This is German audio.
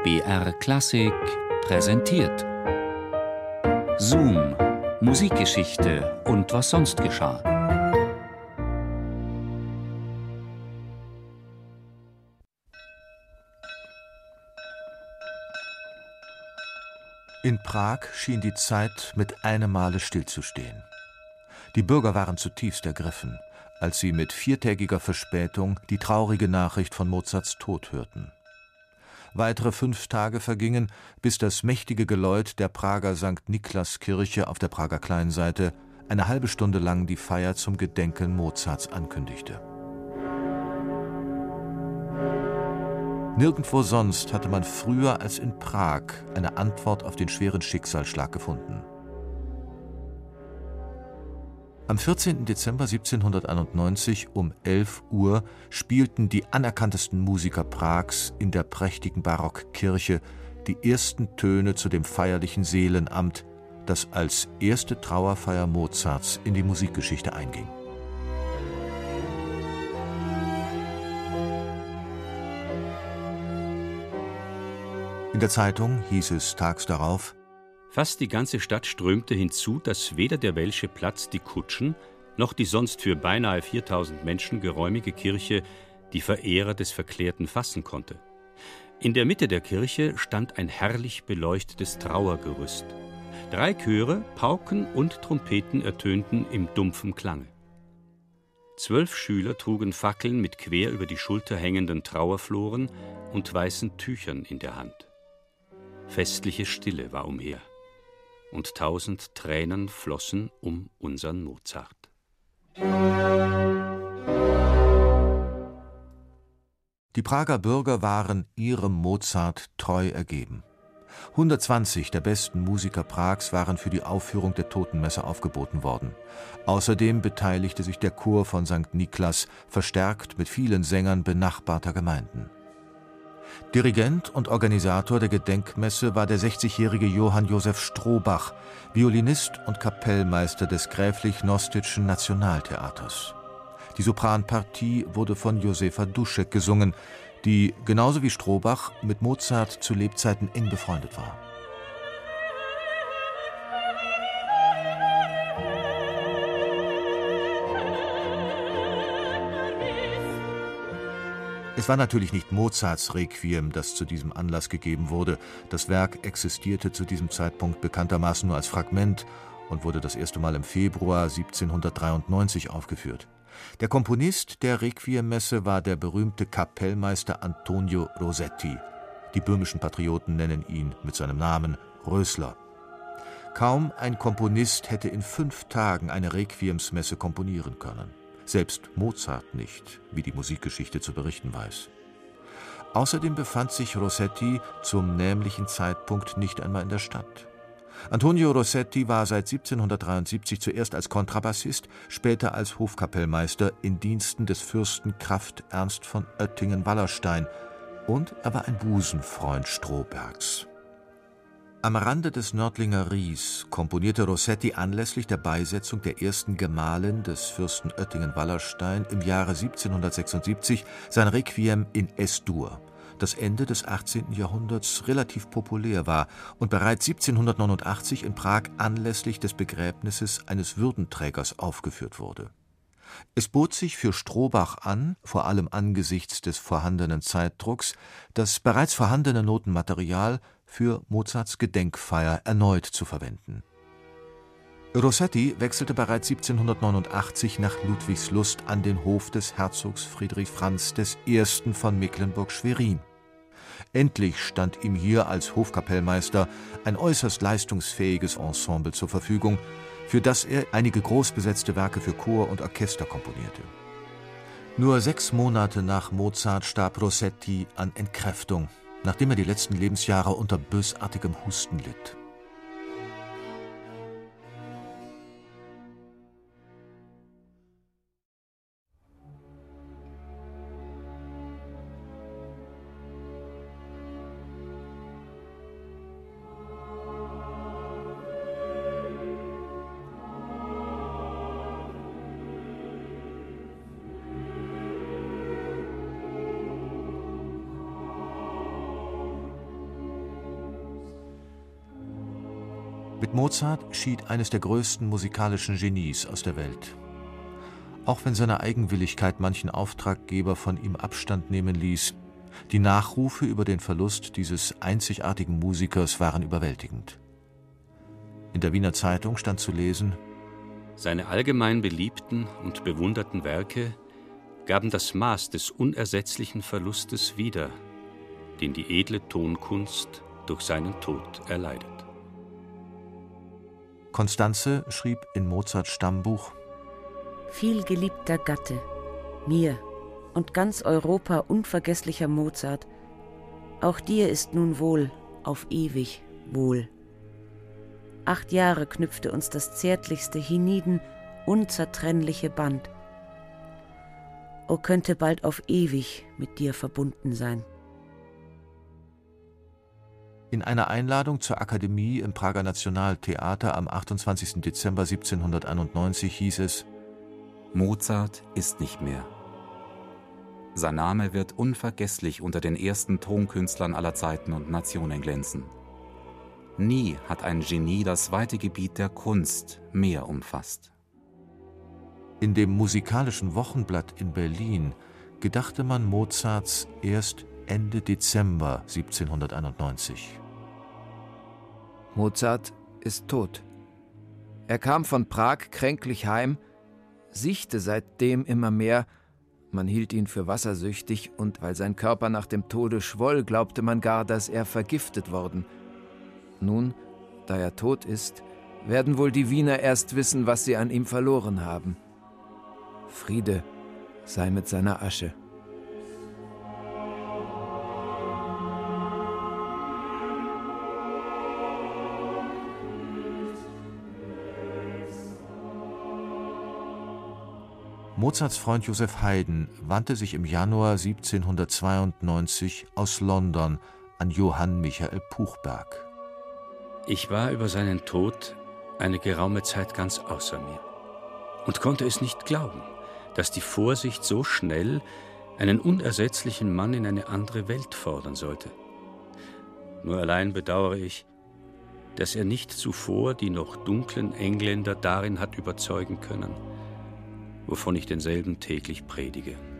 BR Klassik präsentiert Zoom, Musikgeschichte und was sonst geschah. In Prag schien die Zeit mit einem Male stillzustehen. Die Bürger waren zutiefst ergriffen, als sie mit 4-tägiger Verspätung die traurige Nachricht von Mozarts Tod hörten. Weitere 5 Tage vergingen, bis das mächtige Geläut der Prager St. Niklas-Kirche auf der Prager Kleinseite eine halbe Stunde lang die Feier zum Gedenken Mozarts ankündigte. Nirgendwo sonst hatte man früher als in Prag eine Antwort auf den schweren Schicksalsschlag gefunden. Am 14. Dezember 1791 um 11 Uhr spielten die anerkanntesten Musiker Prags in der prächtigen Barockkirche die ersten Töne zu dem feierlichen Seelenamt, das als erste Trauerfeier Mozarts in die Musikgeschichte einging. In der Zeitung hieß es tags darauf: Fast die ganze Stadt strömte hinzu, dass weder der Welsche Platz, die Kutschen, noch die sonst für beinahe 4000 Menschen geräumige Kirche die Verehrer des Verklärten fassen konnte. In der Mitte der Kirche stand ein herrlich beleuchtetes Trauergerüst. 3 Chöre, Pauken und Trompeten ertönten im dumpfen Klange. 12 Schüler trugen Fackeln mit quer über die Schulter hängenden Trauerfloren und weißen Tüchern in der Hand. Festliche Stille war umher. Und 1000 Tränen flossen um unseren Mozart. Die Prager Bürger waren ihrem Mozart treu ergeben. 120 der besten Musiker Prags waren für die Aufführung der Totenmesse aufgeboten worden. Außerdem beteiligte sich der Chor von St. Niklas, verstärkt mit vielen Sängern benachbarter Gemeinden. Dirigent und Organisator der Gedenkmesse war der 60-jährige Johann Josef Strohbach, Violinist und Kapellmeister des Gräflich-Nostitschen Nationaltheaters. Die Sopranpartie wurde von Josefa Duschek gesungen, die, genauso wie Strohbach, mit Mozart zu Lebzeiten eng befreundet war. Es war natürlich nicht Mozarts Requiem, das zu diesem Anlass gegeben wurde. Das Werk existierte zu diesem Zeitpunkt bekanntermaßen nur als Fragment und wurde das erste Mal im Februar 1793 aufgeführt. Der Komponist der Requiemmesse war der berühmte Kapellmeister Antonio Rossetti. Die böhmischen Patrioten nennen ihn mit seinem Namen Rösler. Kaum ein Komponist hätte in 5 Tagen eine Requiemsmesse komponieren können. Selbst Mozart nicht, wie die Musikgeschichte zu berichten weiß. Außerdem befand sich Rossetti zum nämlichen Zeitpunkt nicht einmal in der Stadt. Antonio Rossetti war seit 1773 zuerst als Kontrabassist, später als Hofkapellmeister in Diensten des Fürsten Kraft Ernst von Oettingen-Wallerstein, und er war ein Busenfreund Strohbergs. Am Rande des Nördlinger Ries komponierte Rossetti anlässlich der Beisetzung der ersten Gemahlin des Fürsten Oettingen-Wallerstein im Jahre 1776 sein Requiem in Es-Dur, das Ende des 18. Jahrhunderts relativ populär war und bereits 1789 in Prag anlässlich des Begräbnisses eines Würdenträgers aufgeführt wurde. Es bot sich für Strohbach an, vor allem angesichts des vorhandenen Zeitdrucks, das bereits vorhandene Notenmaterial für Mozarts Gedenkfeier erneut zu verwenden. Rossetti wechselte bereits 1789 nach Ludwigslust an den Hof des Herzogs Friedrich Franz I. von Mecklenburg-Schwerin. Endlich stand ihm hier als Hofkapellmeister ein äußerst leistungsfähiges Ensemble zur Verfügung, für das er einige großbesetzte Werke für Chor und Orchester komponierte. Nur 6 Monate nach Mozart starb Rossetti an Entkräftung, nachdem er die letzten Lebensjahre unter bösartigem Husten litt. Mit Mozart schied eines der größten musikalischen Genies aus der Welt. Auch wenn seine Eigenwilligkeit manchen Auftraggeber von ihm Abstand nehmen ließ, die Nachrufe über den Verlust dieses einzigartigen Musikers waren überwältigend. In der Wiener Zeitung stand zu lesen: Seine allgemein beliebten und bewunderten Werke gaben das Maß des unersetzlichen Verlustes wieder, den die edle Tonkunst durch seinen Tod erleidet. Constanze schrieb in Mozarts Stammbuch: Viel geliebter Gatte, mir und ganz Europa unvergesslicher Mozart, auch dir ist nun wohl, auf ewig wohl. 8 Jahre knüpfte uns das zärtlichste hienieden unzertrennliche Band. O könnte bald auf ewig mit dir verbunden sein. In einer Einladung zur Akademie im Prager Nationaltheater am 28. Dezember 1791 hieß es: Mozart ist nicht mehr. Sein Name wird unvergesslich unter den ersten Tonkünstlern aller Zeiten und Nationen glänzen. Nie hat ein Genie das weite Gebiet der Kunst mehr umfasst. In dem Musikalischen Wochenblatt in Berlin gedachte man Mozarts erst Ende Dezember 1791. Mozart ist tot. Er kam von Prag kränklich heim, siechte seitdem immer mehr, man hielt ihn für wassersüchtig, und weil sein Körper nach dem Tode schwoll, glaubte man gar, dass er vergiftet worden. Nun, da er tot ist, werden wohl die Wiener erst wissen, was sie an ihm verloren haben. Friede sei mit seiner Asche. Mozarts Freund Joseph Haydn wandte sich im Januar 1792 aus London an Johann Michael Puchberg. Ich war über seinen Tod eine geraume Zeit ganz außer mir und konnte es nicht glauben, dass die Vorsicht so schnell einen unersetzlichen Mann in eine andere Welt fordern sollte. Nur allein bedauere ich, dass er nicht zuvor die noch dunklen Engländer darin hat überzeugen können, wovon ich denselben täglich predige.